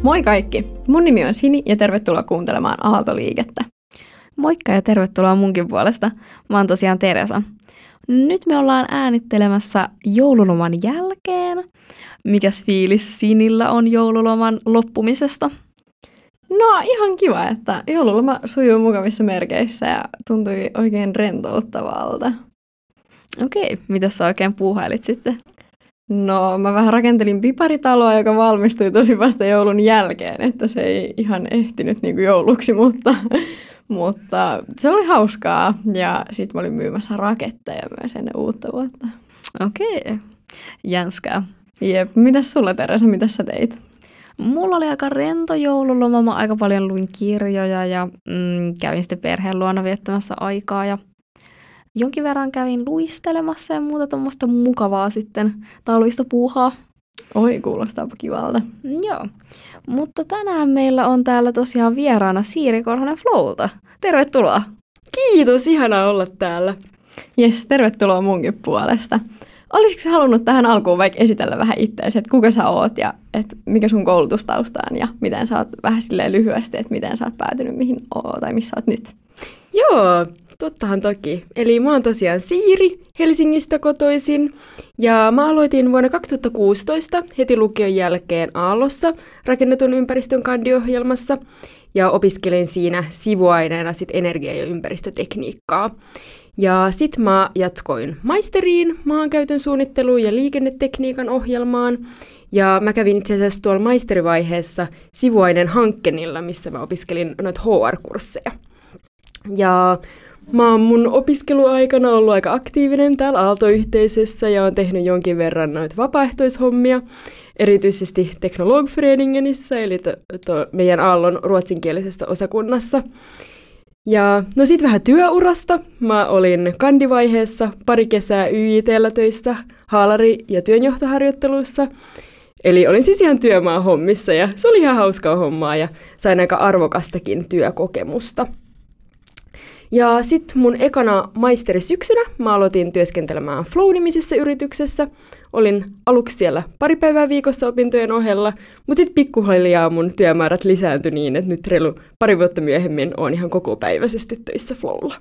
Moi kaikki! Mun nimi on Sini ja tervetuloa kuuntelemaan Aaltoliikettä. Moikka ja tervetuloa munkin puolesta. Mä oon tosiaan Teresa. Nyt me ollaan äänittelemässä joululoman jälkeen. Mikäs fiilis Sinillä on joululoman loppumisesta? No ihan kiva, että joululoma sujuu mukavissa merkeissä ja tuntui oikein rentouttavalta. Okei, mitä sä oikein puuhailit sitten? No mä vähän rakentelin piparitaloa, joka valmistui tosi vasta joulun jälkeen, että se ei ihan ehtinyt niin kuin jouluksi, mutta se oli hauskaa ja sitten mä olin myymässä raketteja myös ennen uutta vuotta. Okei, jänskää. Jep, mitäs sulla Teresa, mitä sä teit? Mulla oli aika rento joululoma, mä aika paljon luin kirjoja ja kävin sitten perheen luona viettämässä aikaa ja jonkin verran kävin luistelemassa ja muuta tuommoista mukavaa sitten talvista puuhaa. Oi, kuulostaapa kivalta. Joo, mutta tänään meillä on täällä tosiaan vieraana Siiri Korhonen Flowlta. Tervetuloa! Kiitos, ihanaa olla täällä. Jes, tervetuloa munkin puolesta. Olisitko halunnut tähän alkuun vaikka esitellä vähän itseäsi, että kuka sä oot ja että mikä sun koulutustausta on ja miten sä oot vähän silleen lyhyesti, että miten sä oot päätynyt mihin oot tai missä oot nyt? Joo, tottahan toki. Eli mä oon tosiaan Siiri, Helsingistä kotoisin ja mä aloitin vuonna 2016 heti lukion jälkeen Aallossa rakennetun ympäristön kandiohjelmassa ja opiskelin siinä sivuaineena sit energia- ja ympäristötekniikkaa. Ja sit mä jatkoin maisteriin maankäytön suunnitteluun ja liikennetekniikan ohjelmaan. Ja mä kävin itse asiassa tuolla maisterivaiheessa sivuaineen Hankkenilla, missä mä opiskelin noita HR-kursseja. Ja mä oon mun opiskeluaikana ollut aika aktiivinen täällä Aalto-yhteisössä ja oon tehnyt jonkin verran noita vapaaehtoishommia, erityisesti Teknologföreningenissa, eli meidän Aallon ruotsinkielisessä osakunnassa. Ja no sit vähän työurasta. Mä olin kandivaiheessa pari kesää YIT:llä töissä, haalari- ja työnjohtoharjoittelussa. Eli olin siis ihan työmaahommissa ja se oli ihan hauskaa hommaa ja sain aika arvokastakin työkokemusta. Ja sitten mun ekana maisterisyksynä mä aloitin työskentelemään Flow-nimisessä yrityksessä. Olin aluksi siellä pari päivää viikossa opintojen ohella, mutta sitten pikkuhiljaa mun työmäärät lisääntyi niin, että nyt reilu pari vuotta myöhemmin oon ihan kokopäiväisesti töissä Flowlla.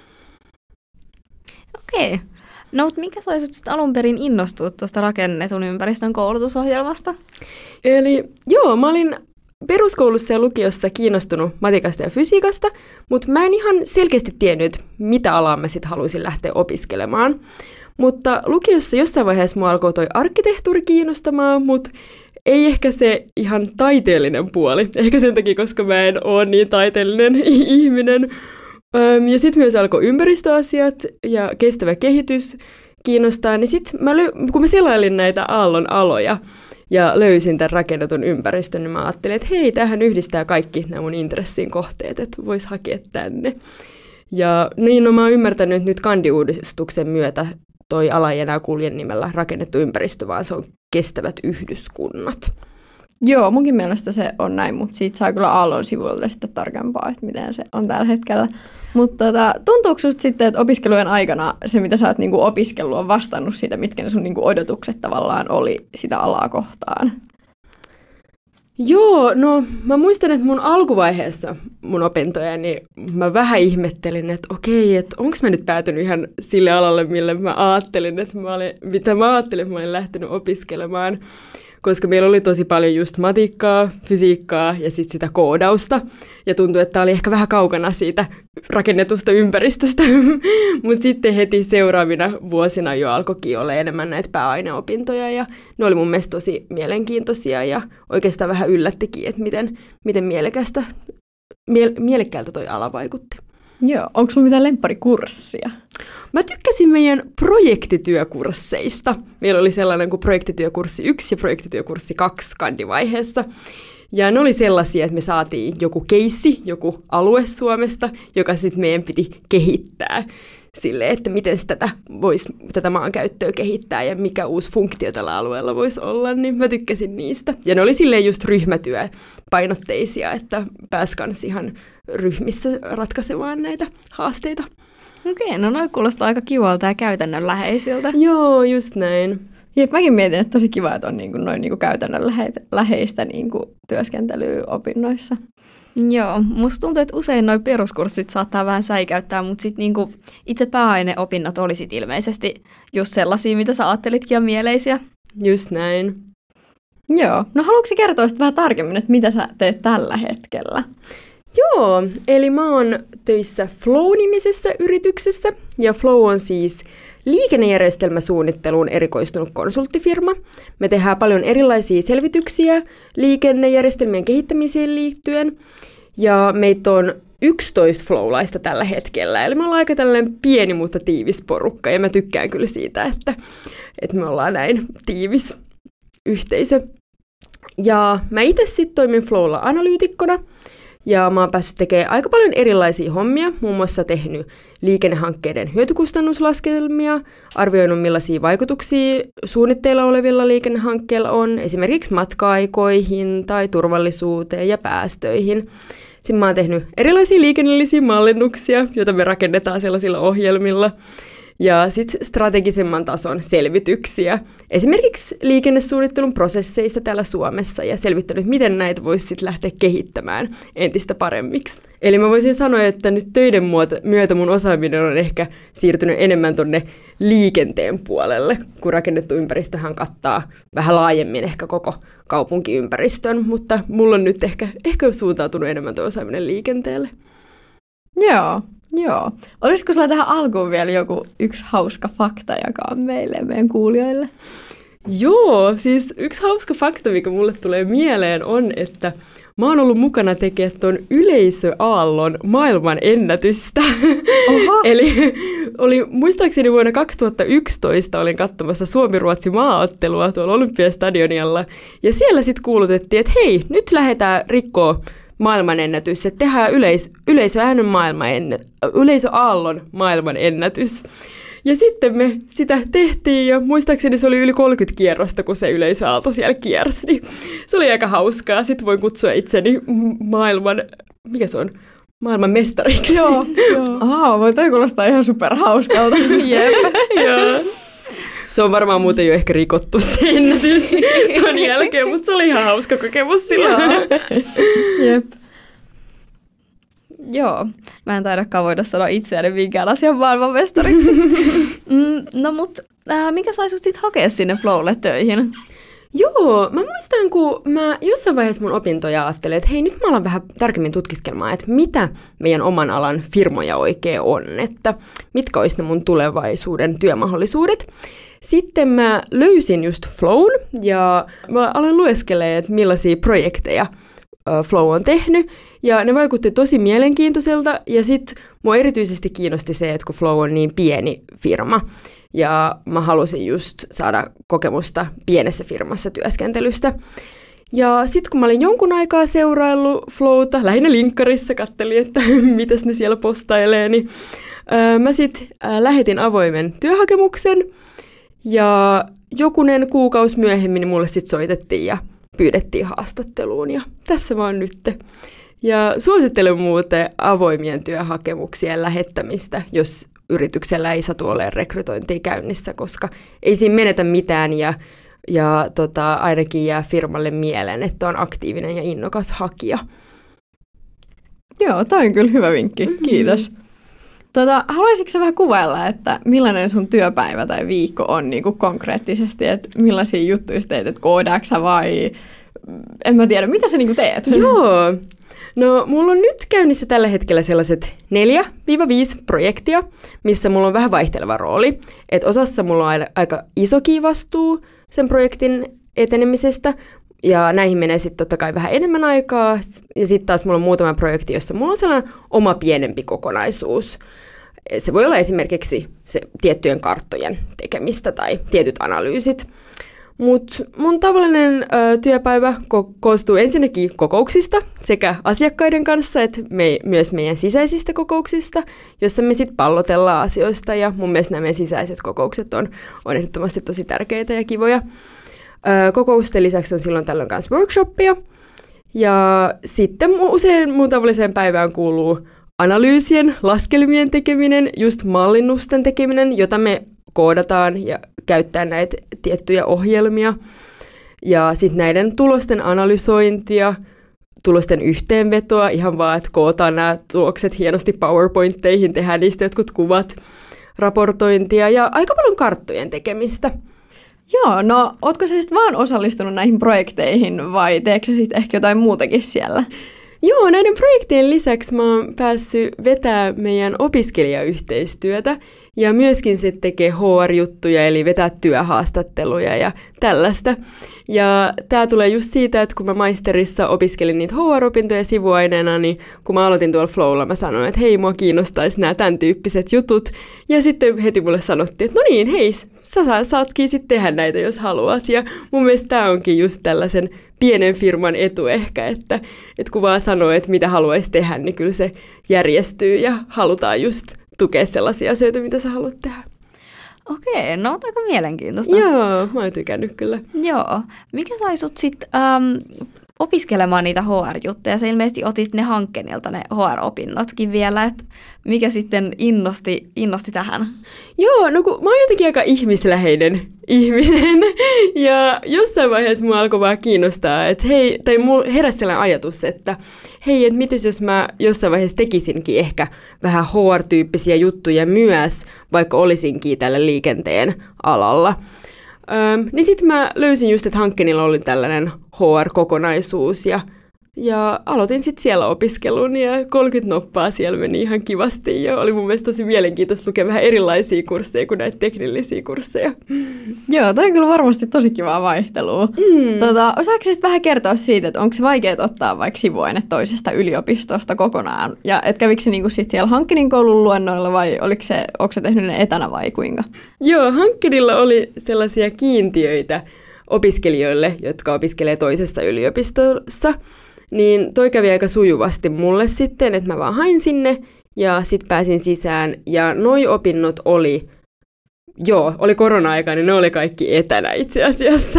Okei. No, mutta mikä sai sut sitten alun perin innostua tuosta rakennetun ympäristön koulutusohjelmasta? Eli joo, mä olin peruskoulussa ja lukiossa kiinnostunut matikasta ja fysiikasta, mutta mä en ihan selkeästi tiennyt, mitä alaa mä sitten haluaisin lähteä opiskelemaan. Mutta lukiossa jossain vaiheessa mua alkoi toi arkkitehtuuri kiinnostamaan, mutta ei ehkä se ihan taiteellinen puoli. Ehkä sen takia, koska mä en ole niin taiteellinen ihminen. Ja sitten myös alkoi ympäristöasiat ja kestävä kehitys kiinnostaa. Niin sitten kun mä selailin näitä Aallon aloja, ja löysin tämän rakennetun ympäristön, niin mä ajattelin, että hei, tämähän yhdistää kaikki nämä mun intressin kohteet, että vois hakea tänne. Ja niin, no mä oon ymmärtänyt, että nyt kandiuudistuksen myötä toi ala ei enää kulje nimellä rakennettu ympäristö, vaan se on kestävät yhdyskunnat. Joo, munkin mielestä se on näin, mutta siitä saa kyllä Aallon sivuilta sitten tarkempaa, että miten se on tällä hetkellä. Mutta tuntuuko susta sitten, että opiskelujen aikana se, mitä sä oot niinku opiskellut, on vastannut siitä, mitkä ne sun niinku odotukset tavallaan oli sitä alaa kohtaan? Joo, no mä muistan, että mun alkuvaiheessa mun opintoja, niin mä vähän ihmettelin, että okei, että onko mä nyt päätynyt ihan sille alalle, millä mä ajattelin, että mitä mä ajattelin, että mä olin lähtenyt opiskelemaan. Koska meillä oli tosi paljon just matikkaa, fysiikkaa ja sitten sitä koodausta. Ja tuntui, että tämä oli ehkä vähän kaukana siitä rakennetusta ympäristöstä. Mutta sitten heti seuraavina vuosina jo alkoikin olla enemmän näitä pääaineopintoja. Ja ne oli mun mielestä tosi mielenkiintoisia ja oikeastaan vähän yllättikin, että miten mielekkäältä toi ala vaikutti. Joo, onko sulla mitään lemparikurssia? Mä tykkäsin meidän projektityökursseista. Meillä oli sellainen kuin projektityökurssi 1 ja projektityökurssi 2 kandivaiheessa. Ja ne oli sellaisia, että me saatiin joku keissi, joku alue Suomesta, joka sitten meidän piti kehittää sille, että miten tätä maankäyttöä kehittää ja mikä uusi funktio tällä alueella voisi olla, niin mä tykkäsin niistä. Ja ne oli silleen just ryhmätyöpainotteisia, että pääsi kans ihan ryhmissä ratkaisemaan näitä haasteita. Okei, no noi kuulostaa aika kivalta ja käytännönläheisiltä. Joo, just näin. Jep, mäkin mietin, että tosi kiva, että on niin kuin noin niin kuin käytännön läheistä niin kuin työskentelyä opinnoissa. Joo, musta tuntuu, että usein noi peruskurssit saattaa vähän säikäyttää, mutta sit niinku itse pääaineopinnot olisit ilmeisesti just sellaisia, mitä sä ajattelitkin ja mieleisiä. Just näin. Joo, no haluatko kertoa sitten vähän tarkemmin, että mitä sä teet tällä hetkellä? Joo, eli mä oon töissä Flow-nimisessä yrityksessä, ja Flow on siis liikennejärjestelmäsuunnitteluun erikoistunut konsulttifirma. Me tehdään paljon erilaisia selvityksiä liikennejärjestelmien kehittämiseen liittyen, ja meitä on 11 Flow-laista tällä hetkellä. Eli me ollaan aika tällainen pieni, mutta tiivis porukka, ja mä tykkään kyllä siitä, että me ollaan näin tiivis yhteisö. Ja mä itse sitten toimin Flowlla analyytikkona, ja mä oon päässyt tekemään aika paljon erilaisia hommia, muun muassa tehnyt liikennehankkeiden hyötykustannuslaskelmia, arvioinut millaisia vaikutuksia suunnitteilla olevilla liikennehankkeilla on, esimerkiksi matka-aikoihin tai turvallisuuteen ja päästöihin. Sitten mä oon tehnyt erilaisia liikennellisiä mallinnuksia, joita me rakennetaan sellaisilla ohjelmilla, ja sitten strategisemman tason selvityksiä, esimerkiksi liikennesuunnittelun prosesseista täällä Suomessa, ja selvittänyt, miten näitä voisi sitten lähteä kehittämään entistä paremmiksi. Eli mä voisin sanoa, että nyt töiden myötä mun osaaminen on ehkä siirtynyt enemmän tonne liikenteen puolelle, kun rakennettu ympäristöhän kattaa vähän laajemmin ehkä koko kaupunkiympäristön, mutta mulla on nyt ehkä suuntautunut enemmän tuo osaaminen liikenteelle. Joo. Olisiko sulla tähän alkuun vielä yksi hauska fakta jakaa meille ja meidän kuulijoille? Joo, siis yksi hauska fakta, mikä mulle tulee mieleen, on, että mä oon ollut mukana tekemään ton yleisöaallon maailman ennätystä. Eli muistaakseni vuonna 2011 olin katsomassa Suomi-Ruotsi maaottelua tuolla Olympiastadionilla. Ja siellä sitten kuulutettiin, että hei, nyt lähdetään rikkoa maailmanennätys, että tehdään yleisöaallon maailmanennätys. Ja sitten me sitä tehtiin, ja muistaakseni se oli yli 30 kierrosta, kun se yleisöaalto siellä kiersi. Niin se oli aika hauskaa. Sitten voin kutsua itseni maailman mestariksi. Joo. Voi toi kuulostaa ihan superhauskalta. Jep. Joo. Se on varmaan muuten jo ehkä rikottu se ennätys ton jälkeen, mutta se oli ihan hauska kokemus silloin. Jep. Joo, mä en taidakaan voida sanoa itseäni minkään asian maailmanmestariksi. No mut, mikä sai sut sit hakea sinne Flowlle töihin? Joo, mä muistan, kun mä jossain vaiheessa mun opintoja ajattelin, että hei, nyt mä alan vähän tarkemmin tutkiskelemaan, että mitä meidän oman alan firmoja oikein on, että mitkä olisi ne mun tulevaisuuden työmahdollisuudet. Sitten mä löysin just Flown ja mä aloin lueskelemaan, että millaisia projekteja Flow on tehnyt, ja ne vaikutti tosi mielenkiintoiselta, ja sitten mua erityisesti kiinnosti se, että kun Flow on niin pieni firma, ja mä halusin just saada kokemusta pienessä firmassa työskentelystä. Ja sitten kun mä olin jonkun aikaa seuraillut Flowta, lähinnä linkkarissa, kattelin, että mitäs ne siellä postailee, niin mä sitten lähetin avoimen työhakemuksen, ja jokunen kuukausi myöhemmin mulle sitten soitettiin ja pyydettiin haastatteluun, ja tässä mä oon nyt. Ja suosittelen muuten avoimien työhakemuksien lähettämistä, jos yrityksellä ei satu olemaan rekrytointia käynnissä, koska ei siinä menetä mitään, ja ainakin jää firmalle mieleen, että on aktiivinen ja innokas hakija. Joo, toi on kyllä hyvä vinkki. Kiitos. Haluaisitko sä vähän kuvailla, että millainen sun työpäivä tai viikko on niin kuin konkreettisesti, että millaisia juttuja sä teet, että koodaatko sä vai en mä tiedä, mitä sä niin kuin teet? Joo, no mulla on nyt käynnissä tällä hetkellä sellaiset 4-5 projektia, missä mulla on vähän vaihteleva rooli. Et osassa mulla on aika isokin vastuu sen projektin etenemisestä, ja näihin menee sitten totta kai vähän enemmän aikaa, ja sitten taas mulla on muutama projekti, jossa mulla on sellainen oma pienempi kokonaisuus. Se voi olla esimerkiksi se tiettyjen karttojen tekemistä tai tietyt analyysit. Mutta mun tavallinen työpäivä koostuu ensinnäkin kokouksista sekä asiakkaiden kanssa että myös meidän sisäisistä kokouksista, jossa me sitten pallotellaan asioista, ja mun mielestä nämä meidän sisäiset kokoukset on ehdottomasti tosi tärkeitä ja kivoja. Kokousten lisäksi on silloin tällöin myös workshoppia, ja sitten usein mun tavalliseen päivään kuuluu analyysien, laskelmien tekeminen, just mallinnusten tekeminen, jota me koodataan ja käyttää näitä tiettyjä ohjelmia. Ja sitten näiden tulosten analysointia, tulosten yhteenvetoa, ihan vaan, että kootaan nämä tulokset hienosti PowerPointteihin, tehdään niistä jotkut kuvat, raportointia ja aika paljon karttojen tekemistä. Joo, no ootko sä sitten vaan osallistunut näihin projekteihin vai teekö sä sitten ehkä jotain muutakin siellä? Joo, näiden projektien lisäksi mä oon päässyt vetämään meidän opiskelijayhteistyötä ja myöskin se tekee HR-juttuja, eli vetää työhaastatteluja ja tällaista. Ja tää tulee just siitä, että kun mä maisterissa opiskelin niitä HR-opintoja sivuaineena, niin kun mä aloitin tuolla Flowlla, mä sanoin, että hei, mua kiinnostaisi nämä tämän tyyppiset jutut. Ja sitten heti mulle sanottiin, että no niin, hei, sä saatkin sitten tehdä näitä, jos haluat. Ja mun mielestä tää onkin just tällaisen pienen firman etu ehkä, että kun vaan sanoo, että mitä haluaisi tehdä, niin kyllä se järjestyy ja halutaan just tukea sellaisia asioita, mitä sä haluat tehdä. Okei, no aika mielenkiintoista. Joo, mä oon tykännyt kyllä. Joo. Mikä sai sut sitten opiskelemaan niitä HR-juttuja? Sä ilmeisesti otit ne Hankenilta ne HR-opinnotkin vielä, että mikä sitten innosti tähän? Joo, no kun mä oon jotenkin aika ihmisläheinen ihminen, ja jossain vaiheessa mua alkoi vaan kiinnostaa, että hei, tai mulla heräsi sellainen ajatus, että hei, että mites jos mä jossain vaiheessa tekisinkin ehkä vähän HR-tyyppisiä juttuja myös, vaikka olisinkin tällä liikenteen alalla. Niin sitten mä löysin just, että Hankenilla oli tällainen HR-kokonaisuus ja aloitin sitten siellä opiskelun ja 30 noppaa siellä meni ihan kivasti ja oli mun mielestä tosi mielenkiintoista lukea vähän erilaisia kursseja kuin näitä teknillisiä kursseja. Joo, toi on kyllä varmasti tosi kivaa vaihtelua. Osaatko sitten vähän kertoa siitä, että onko se vaikeaa ottaa vaikka sivuaine toisesta yliopistosta kokonaan? Ja et kävikö se niinku sit siellä Hankenin koulun luennoilla vai onko se tehnyt ne etänä vai kuinka? Joo, Hankenilla oli sellaisia kiintiöitä opiskelijoille, jotka opiskelee toisessa yliopistossa. Niin toi kävi aika sujuvasti mulle sitten, että mä vaan hain sinne ja sit pääsin sisään. Ja noi opinnot oli korona-aika, niin ne oli kaikki etänä itse asiassa.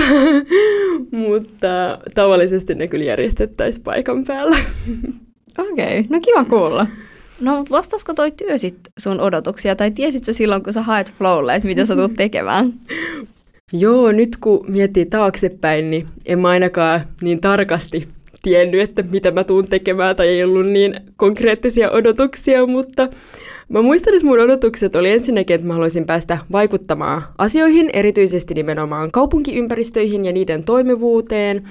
Mutta tavallisesti ne kyllä järjestettäisiin paikan päällä. Okei, no kiva kuulla. No vastaisiko toi työ sit sun odotuksia, tai tiesit sä silloin, kun sä haet Flowlle, että mitä sä tulet tekemään? Joo, nyt kun miettii taaksepäin, niin en mä ainakaan niin tarkasti tiennyt, että mitä mä tuun tekemään, tai ei ollut niin konkreettisia odotuksia, mutta mä muistan, että mun odotukset oli ensinnäkin, että mä haluaisin päästä vaikuttamaan asioihin, erityisesti nimenomaan kaupunkiympäristöihin ja niiden toimivuuteen.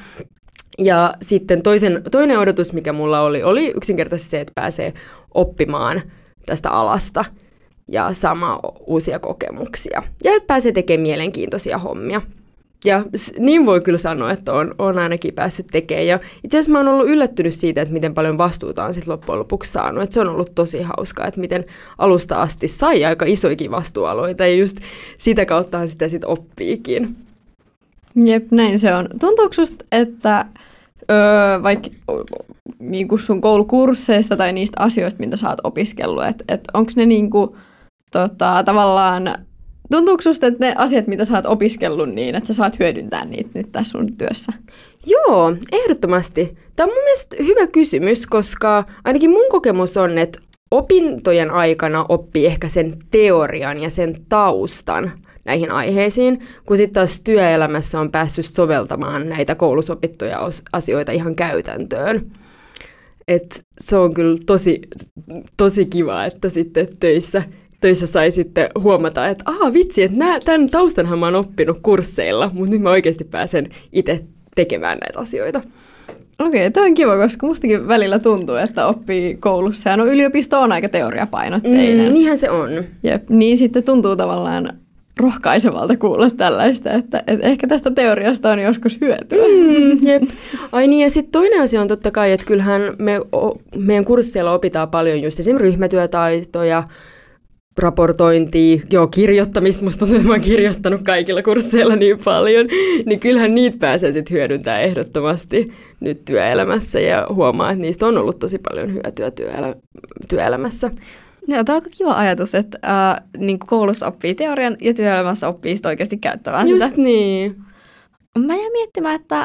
Ja sitten toinen odotus, mikä mulla oli yksinkertaisesti se, että pääsee oppimaan tästä alasta ja saamaan uusia kokemuksia. Ja että pääsee tekemään mielenkiintoisia hommia. Ja niin voi kyllä sanoa, että on ainakin päässyt tekemään. Ja itse asiassa mä oon ollut yllättynyt siitä, että miten paljon vastuuta on sitten loppujen lopuksi saanut. Että se on ollut tosi hauskaa, että miten alusta asti sai aika isoikin vastuualoita. Ja just sitä kauttahan sitä sitten oppiikin. Jep, näin se on. Tuntuuko susta, että vaikka niinku sun koulukursseista tai niistä asioista, mitä sä oot opiskellut, että onko ne niinku, tavallaan... Tuntuuko susta, että ne asiat, mitä sä oot opiskellut niin, että sä saat hyödyntää niitä nyt tässä sun työssä? Joo, ehdottomasti. Tämä on mun mielestä hyvä kysymys, koska ainakin mun kokemus on, että opintojen aikana oppii ehkä sen teorian ja sen taustan näihin aiheisiin, kun sitten taas työelämässä on päässyt soveltamaan näitä koulussa opittuja asioita ihan käytäntöön. Et se on kyllä tosi kiva, että sitten töissä sai sitten huomata, että vitsi, että tämän taustanhan mä oon oppinut kursseilla, mutta nyt mä oikeasti pääsen itse tekemään näitä asioita. Okei, toi on kiva, koska mustakin välillä tuntuu, että oppii koulussa. Ja no yliopisto on aika teoriapainotteinen. Niinhän se on. Jep, niin sitten tuntuu tavallaan rohkaisevalta kuulla tällaista, että ehkä tästä teoriasta on joskus hyötyä. Jep. Ai niin, ja sitten toinen asia on totta kai, että kyllähän meidän kursseilla opitaan paljon just esimerkiksi ryhmätyötaitoja, raportointia, kirjoittamista, musta tuntuu, että mä oon kirjoittanut kaikilla kursseilla niin paljon, niin kyllähän niitä pääsee sitten hyödyntämään ehdottomasti nyt työelämässä ja huomaa, että niistä on ollut tosi paljon hyötyä työelämässä. No, tämä on kiva ajatus, että niin koulussa oppii teorian ja työelämässä oppii sitä oikeasti käyttämään sitä. Just niin. Mä jään miettimään, että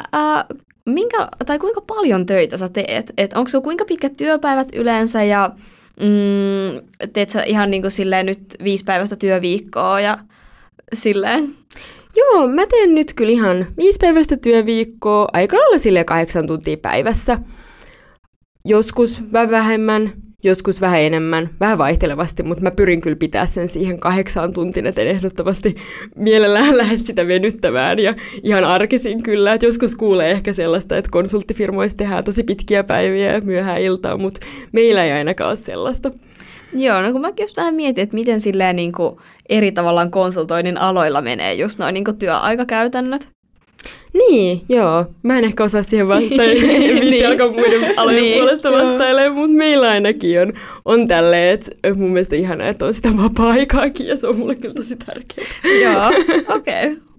kuinka paljon töitä sä teet? Onko sulla kuinka pitkät työpäivät yleensä ja teet sä ihan niin kuin silleen nyt 5 päivästä työviikkoa ja silleen? Joo, mä teen nyt kyllä ihan 5-päiväistä työviikkoa, aika lailla silleen 8 tuntia päivässä. Joskus vähän vähemmän, joskus vähän enemmän, vähän vaihtelevasti, mutta mä pyrin kyllä pitää sen siihen 8 tuntiin, että en ehdottomasti mielellään lähde sitä venyttämään. Ja ihan arkisin kyllä, että joskus kuulee ehkä sellaista, että konsulttifirmoissa tehdään tosi pitkiä päiviä ja myöhään iltaa, mutta meillä ei ainakaan ole sellaista. Joo, no kun mäkin just vähän mietin, että miten silleen niin kuin eri tavallaan konsultoinnin aloilla menee just noin niin kuin työaikakäytännöt. Niin, joo. Mä en ehkä osaa siihen vastata, en viitti alkaa muiden alojen puolesta vastailemaan, mutta meillä ainakin on tälleen, että mun mielestä on ihanaa, että on sitä vapaa-aikaakin, ja se on mulle kyllä tosi tärkeää. Joo, okei. Okay.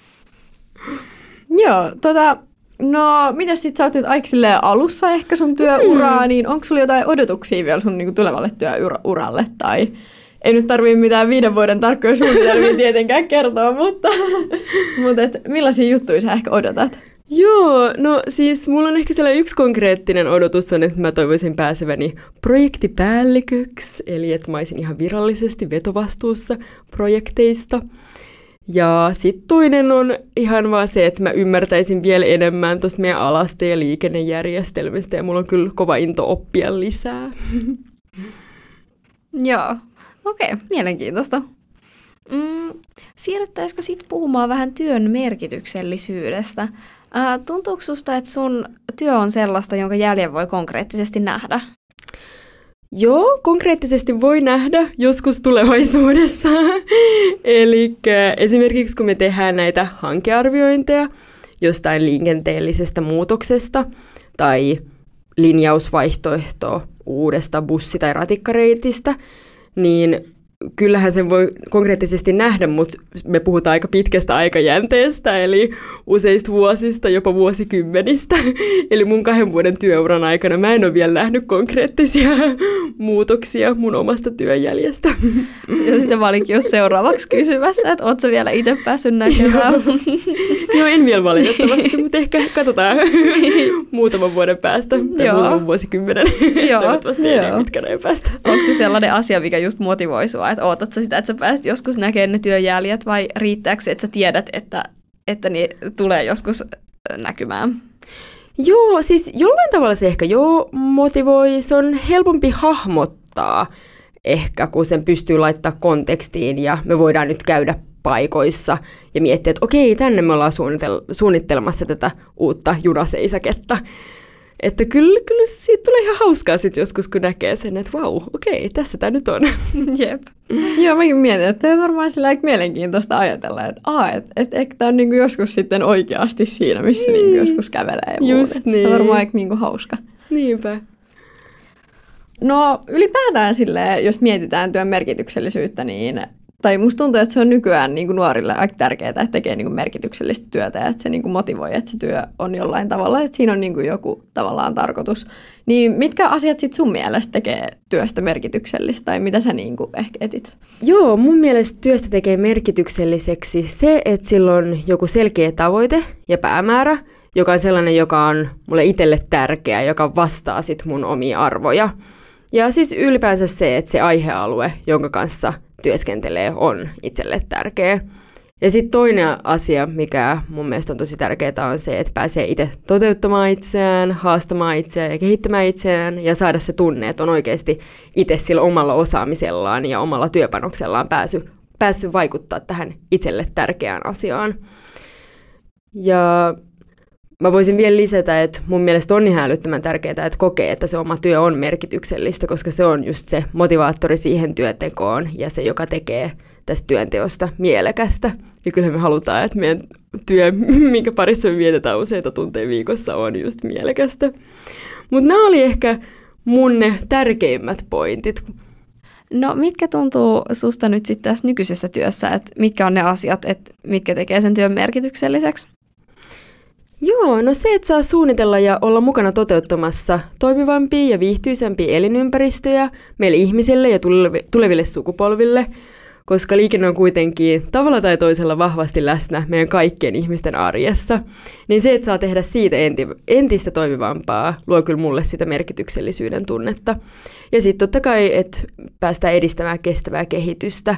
Joo, no mitäs sit sä oot nyt aika alussa ehkä sun työuraa, niin onko sulla jotain odotuksia vielä sun niinku tulevalle työuralle? Tai ei nyt tarvii mitään 5 vuoden tarkkoja suunnitelmia tietenkään kertoa, mutta millaisia juttuja sä ehkä odotat? Joo, no siis mulla on ehkä sellainen yksi konkreettinen odotus on, että mä toivoisin pääseväni projektipäälliköksi, eli että mä olisin ihan virallisesti vetovastuussa projekteista. Ja sitten toinen on ihan vaan se, että mä ymmärtäisin vielä enemmän tuosta meidän alasta ja liikennejärjestelmistä, ja mulla on kyllä kova into oppia lisää. Joo, okei, mielenkiintoista. Siirryttäisikö sitten puhumaan vähän työn merkityksellisyydestä? Tuntuuko susta, että sun työ on sellaista, jonka jäljen voi konkreettisesti nähdä? Joo, konkreettisesti voi nähdä joskus tulevaisuudessa. Eli esimerkiksi kun me tehdään näitä hankearviointeja jostain liikenteellisestä muutoksesta tai linjausvaihtoehtoa uudesta bussi- tai ratikkareitistä, niin kyllähän sen voi konkreettisesti nähdä, mutta me puhutaan aika pitkästä aikajänteestä, eli useista vuosista, jopa vuosikymmenistä. Eli mun 2 vuoden työuran aikana mä en ole vielä nähnyt konkreettisia muutoksia mun omasta työnjäljestä. Ja sitten mä olinkin jo seuraavaksi kysymässä, että ootko sä vielä itse päässyt näkemään? Joo, en vielä valitettavasti, mutta ehkä katsotaan muutaman vuoden päästä tai muutaman vuosikymmenen. Toivottavasti ei niin pitkän ajan päästä. Onko se sellainen asia, mikä just motivoi sua, että ootat sä sitä, että sä pääset joskus näkemään ne työjäljet vai riittääkö se, että sä tiedät, että ne tulee joskus näkymään? Joo, siis jollain tavalla se ehkä motivoi. Se on helpompi hahmottaa ehkä, kun sen pystyy laittaa kontekstiin ja me voidaan nyt käydä paikoissa ja miettiä, että okei, tänne me ollaan suunnittelemassa tätä uutta junaseisaketta. Että kyllä siitä tulee ihan hauskaa sitten joskus, kun näkee sen, että vau, okei, tässä tämä nyt on. Jep. Joo, mäkin mietin, että on varmaan sillä mielenkiintoista ajatella, että ehkä tämä on niinku joskus sitten oikeasti siinä, missä niinku joskus kävelee ja just muut. niin. Se on varmaan niinku hauska. Niinpä. No ylipäätään silleen, jos mietitään työn merkityksellisyyttä, niin tai musta tuntuu, että se on nykyään niin kuin nuorille aika tärkeää, että tekee niin kuin merkityksellistä työtä ja että se niin kuin motivoi, että se työ on jollain tavalla, että siinä on niin kuin joku tavallaan tarkoitus. Niin mitkä asiat sit sun mielestä tekee työstä merkityksellistä tai mitä sä niin kuin ehkä etit? Joo, mun mielestä työstä tekee merkitykselliseksi se, että sillä on joku selkeä tavoite ja päämäärä, joka on sellainen, joka on mulle itselle tärkeä, joka vastaa sit mun omia arvoja. Ja siis ylipäänsä se, että se aihealue, jonka kanssa työskentelee, on itselle tärkeä. Ja sitten toinen asia, mikä mun mielestä on tosi tärkeää, on se, että pääsee itse toteuttamaan itseään, haastamaan itseään ja kehittämään itseään ja saada se tunne, että on oikeasti itse sillä omalla osaamisellaan ja omalla työpanoksellaan päässyt vaikuttaa tähän itselle tärkeään asiaan. Ja mä voisin vielä lisätä, että mun mielestä on ihan älyttömän tärkeää, että kokee, että se oma työ on merkityksellistä, koska se on just se motivaattori siihen työntekoon ja se, joka tekee tästä työnteosta mielekästä. Ja kyllä me halutaan, että meidän työ, minkä parissa me vietetään useita tunteja viikossa, on just mielekästä. Mutta nämä oli ehkä mun ne tärkeimmät pointit. No mitkä tuntuu susta nyt sitten tässä nykyisessä työssä, että mitkä on ne asiat, että mitkä tekee sen työn merkitykselliseksi? Joo, no se, että saa suunnitella ja olla mukana toteuttamassa toimivampia ja viihtyisämpiä elinympäristöjä meille ihmisille ja tuleville sukupolville, koska liikenne on kuitenkin tavalla tai toisella vahvasti läsnä meidän kaikkien ihmisten arjessa, niin se, että saa tehdä siitä entistä toimivampaa, luo kyllä mulle sitä merkityksellisyyden tunnetta. Ja sitten totta kai, että päästään edistämään kestävää kehitystä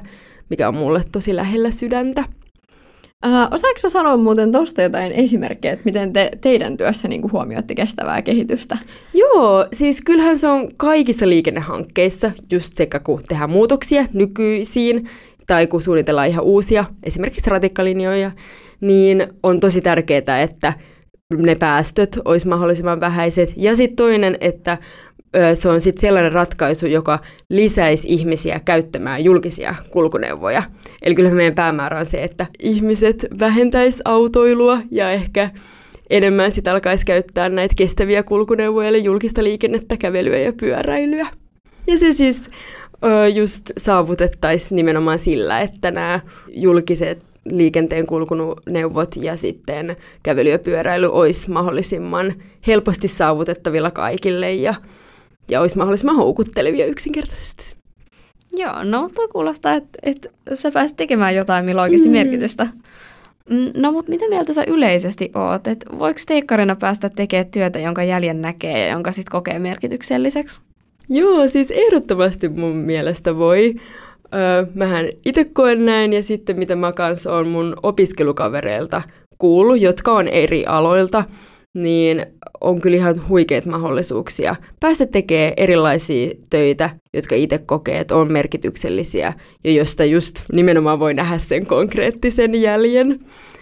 mikä on mulle tosi lähellä sydäntä. Osaatko sä sanoa muuten tuosta jotain esimerkkejä, että miten teidän työssä niin kuin huomioitte kestävää kehitystä? Joo, siis kyllähän se on kaikissa liikennehankkeissa, just sekä kun tehdään muutoksia nykyisiin, tai kun suunnitellaan ihan uusia, esimerkiksi ratikkalinjoja, niin on tosi tärkeää, että ne päästöt olisi mahdollisimman vähäiset. Ja sitten toinen, että se on sitten sellainen ratkaisu, joka lisäisi ihmisiä käyttämään julkisia kulkuneuvoja. Eli kyllä meidän päämäärä on se, että ihmiset vähentäisi autoilua ja ehkä enemmän sitten alkaisi käyttää näitä kestäviä kulkuneuvoja, eli julkista liikennettä, kävelyä ja pyöräilyä. Ja se siis just saavutettaisiin nimenomaan sillä, että nämä julkiset liikenteen kulkuneuvot ja sitten kävely ja pyöräily olisi mahdollisimman helposti saavutettavilla kaikille ja olisi mahdollisimman houkuttelevia yksinkertaisesti. Joo, no tuo kuulostaa, että sä pääsit tekemään jotain, millä on oikeasti merkitystä. No, mutta mitä mieltä sä yleisesti oot? Et voiko teekkarina päästä tekemään työtä, jonka jäljen näkee ja jonka sitten kokee merkitykselliseksi? Joo, siis ehdottomasti mun mielestä voi. Mähän itse koen näin ja sitten mitä mä kanssa on mun opiskelukavereilta kuullut, jotka on eri aloilta, niin on kyllä ihan huikeita mahdollisuuksia päästä tekemään erilaisia töitä, jotka itse kokee, että on merkityksellisiä ja josta just nimenomaan voi nähdä sen konkreettisen jäljen.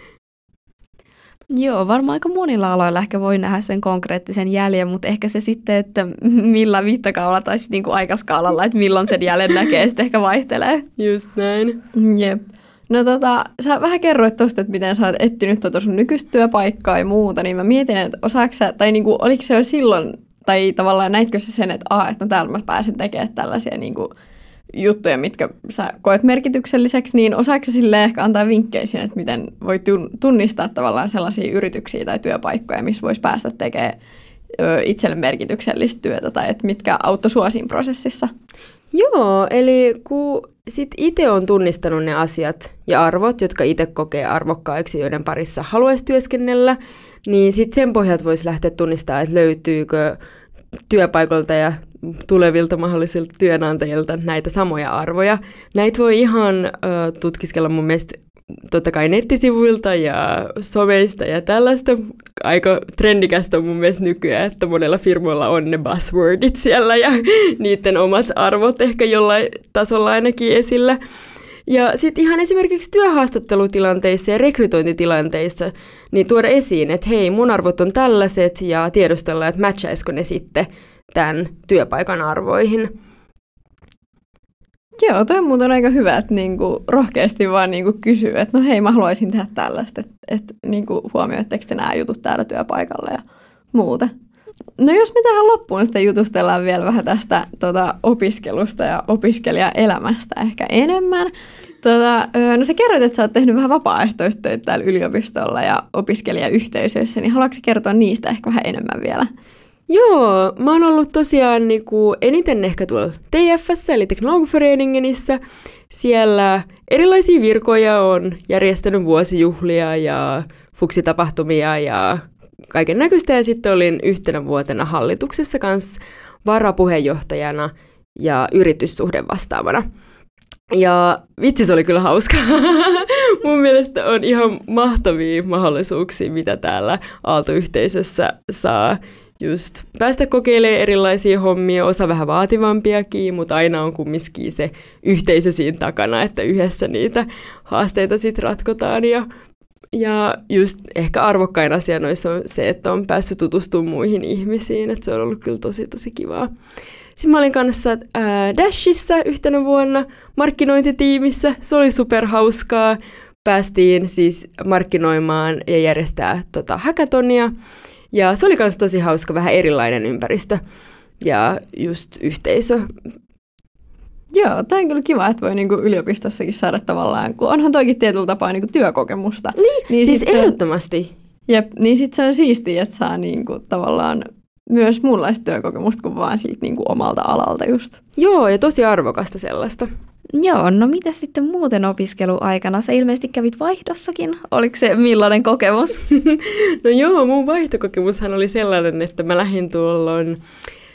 Joo, varmaan aika monilla aloilla ehkä voi nähdä sen konkreettisen jäljen, mutta ehkä se sitten, että millä mittakaavalla tai sitten niinku aikaskaalalla, että milloin sen jäljen näkee, sitten ehkä vaihtelee. Just näin. Jep. No sä vähän kerroit tuosta, että miten sä oot etsinyt sun nykyistä työpaikkaa ja muuta, niin mä mietin, että osaatko sä, tai niinku, oliko se jo silloin, tai tavallaan näitkö sä sen, että no täällä mä pääsen tekemään tällaisia niinku juttuja, mitkä sä koet merkitykselliseksi, niin osaatko sä silleen ehkä antaa vinkkejä siihen, että miten voi tunnistaa tavallaan sellaisia yrityksiä tai työpaikkoja, missä voisi päästä tekemään itselle merkityksellistä työtä, tai että mitkä auttoi sua siinä prosessissa? Joo, eli kun sit itse on tunnistanut ne asiat ja arvot, jotka itse kokee arvokkaiksi, joiden parissa haluaisi työskennellä, niin sitten sen pohjalta voisi lähteä tunnistamaan, että löytyykö työpaikolta ja tulevilta mahdollisilta työnantajilta näitä samoja arvoja. Näitä voi ihan tutkiskella mun mielestä totta kai nettisivuilta ja someista ja tällaista. Aika trendikästä on mun mielestä nykyään, että monella firmoilla on ne buzzwordit siellä ja niiden omat arvot ehkä jollain tasolla ainakin esillä. Ja sitten ihan esimerkiksi työhaastattelutilanteissa ja rekrytointitilanteissa niin tuoda esiin, että hei, mun arvot on tällaiset ja tiedustella, että matchaisiko ne sitten tämän työpaikan arvoihin. Joo, toi on muuten aika hyvä, että niinku rohkeasti vaan niinku kysyy, että no hei, mä haluaisin tehdä tällaista, että niinku huomioitteko te nämä jutut täällä työpaikalla ja muuta. No jos me tähän loppuun sitten jutustellaan vielä vähän tästä opiskelusta ja opiskelijaelämästä ehkä enemmän. No sä kerroit, että sä oot tehnyt vähän vapaaehtoistöitä täällä yliopistolla ja opiskelijayhteisöissä, niin haluatko kertoa niistä ehkä vähän enemmän vielä? Joo, mä oon ollut tosiaan eniten ehkä tuolla TF:ssä, eli Teknologföreningenissa. Siellä erilaisia virkoja on järjestänyt vuosijuhlia ja fuksitapahtumia ja kaiken näköistä. Ja sitten olin yhtenä vuotena hallituksessa kanssa varapuheenjohtajana ja yrityssuhdevastaavana. Ja vitsi, se oli kyllä hauska. Mun mielestä on ihan mahtavia mahdollisuuksia, mitä täällä Aalto-yhteisössä saa just päästä kokeilemaan erilaisia hommia, osa vähän vaativampiakin, mutta aina on kumminkin se yhteisö siinä takana, että yhdessä niitä haasteita sitten ratkotaan. Ja just ehkä arvokkain asia noissa on se, että on päässyt tutustumaan muihin ihmisiin, että se on ollut kyllä tosi tosi kivaa. Sitten mä olin kanssa Dashissa yhtenä vuonna markkinointitiimissä, se oli superhauskaa. Päästiin siis markkinoimaan ja järjestää hackathonia. Ja se oli myös tosi hauska, vähän erilainen ympäristö ja just yhteisö. Joo, tämä on kyllä kiva, että voi niinku yliopistossakin saada tavallaan, kun onhan toikin tietyllä tapaa niinku työkokemusta. Niin siis ehdottomasti. Niin sitten se on siistiä, että saa niinku tavallaan myös muunlaista työkokemusta kuin vaan siltä niinku omalta alalta just. Joo, ja tosi arvokasta sellaista. Joo, no mitä sitten muuten opiskeluaikana? Sä ilmeisesti kävit vaihdossakin. Oliko se millainen kokemus? No joo, mun vaihtokokemushan oli sellainen, että mä lähdin tuolloin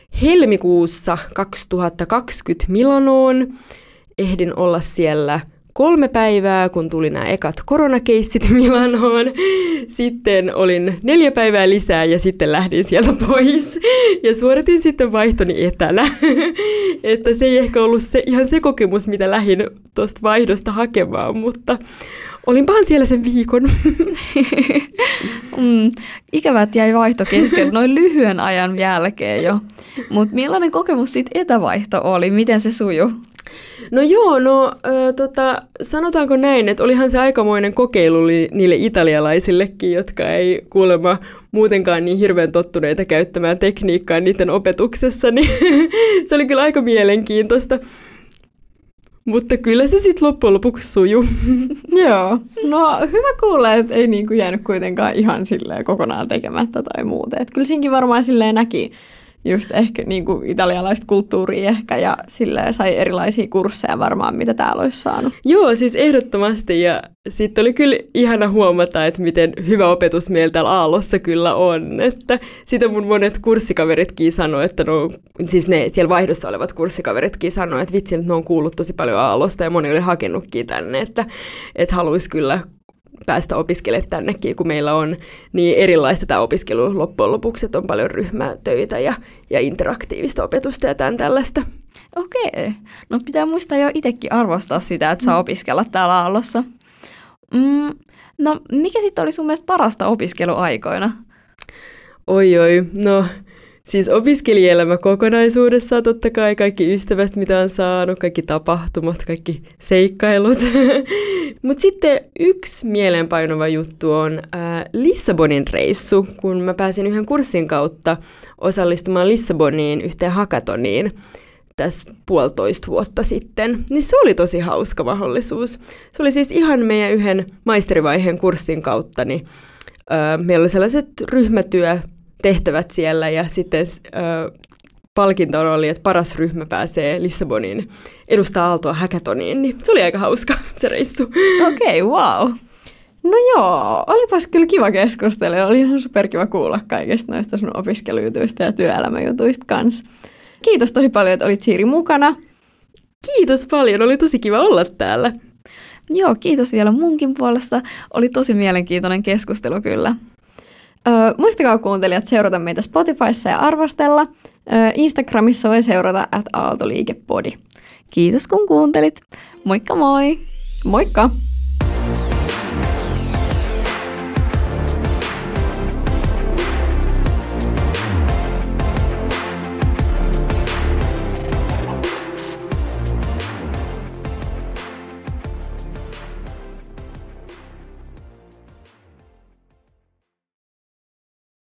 helmikuussa 2020 Milanoon. Ehdin olla siellä 3 päivää, kun tuli nämä ekat koronakeissit Milanoon. Sitten olin 4 päivää lisää ja sitten lähdin sieltä pois. Ja suoritin sitten vaihtoni etänä. Että se ei ehkä ollut ihan se kokemus, mitä lähdin tuosta vaihdosta hakemaan, mutta olinpahan siellä sen viikon. Ikävä, että jäi vaihto kesken noin lyhyen ajan jälkeen jo. Mutta millainen kokemus sitten etävaihto oli? Miten se sujui? No joo, sanotaanko näin, että olihan se aikamoinen kokeilu niille italialaisillekin, jotka ei kuulemma muutenkaan niin hirveän tottuneita käyttämään tekniikkaa niiden opetuksessa, niin se oli kyllä aika mielenkiintoista. Mutta kyllä se sitten loppujen lopuksi sujuu. Joo, no hyvä kuulla, että ei niinku jäänyt kuitenkaan ihan silleen kokonaan tekemättä tai muuta. Et kyllä siinkin varmaan silleen näki just ehkä niinku italialaista kulttuuria ehkä ja silleen sai erilaisia kursseja varmaan, mitä täällä olisi saanut. Joo, siis ehdottomasti ja sitten oli kyllä ihana huomata, että miten hyvä opetus meillä täällä Aallossa kyllä on. Että sitä mun monet kurssikaveritkin sanoi, että siis ne siellä vaihdossa olevat kurssikaveritkin sanoi, että vitsi, että ne on kuullut tosi paljon Aallosta ja moni oli hakenutkin tänne, että haluaisi kyllä päästä opiskelemaan tännekin, kun meillä on niin erilaista tämä opiskelu loppujen lopuksi, että on paljon ryhmätöitä ja interaktiivista opetusta ja tällaista. Okei. No pitää muistaa jo itsekin arvostaa sitä, että saa opiskella täällä Aallossa. No mikä sitten oli sun mielestä parasta opiskeluaikoina? Oi, no siis opiskelielämä kokonaisuudessaan totta kai, kaikki ystävät, mitä on saanut, kaikki tapahtumat, kaikki seikkailut. Mutta sitten yksi mieleenpainuva juttu on Lissabonin reissu, kun mä pääsin yhden kurssin kautta osallistumaan Lissaboniin yhteen hackatoniin tässä 1,5 vuotta sitten. Niin se oli tosi hauska mahdollisuus. Se oli siis ihan meidän yhden maisterivaiheen kurssin kautta, niin meillä oli sellaiset ryhmätyötehtävät siellä ja sitten palkinto oli, että paras ryhmä pääsee Lissaboniin edustaa Aaltoa hackatoniin, niin se oli aika hauska se reissu. Okei, wow. No joo, olipas kyllä kiva keskustelu. Oli ihan superkiva kuulla kaikista noista sun opiskelujutuista ja työelämäjutuista kanssa. Kiitos tosi paljon, että olit Siiri mukana. Kiitos paljon, oli tosi kiva olla täällä. Joo, kiitos vielä munkin puolesta. Oli tosi mielenkiintoinen keskustelu kyllä. Muistakaa kuuntelijat seurata meitä Spotifyssa ja arvostella. Instagramissa voi seurata @aaltoliikepodi. Kiitos kun kuuntelit. Moikka moi! Moikka!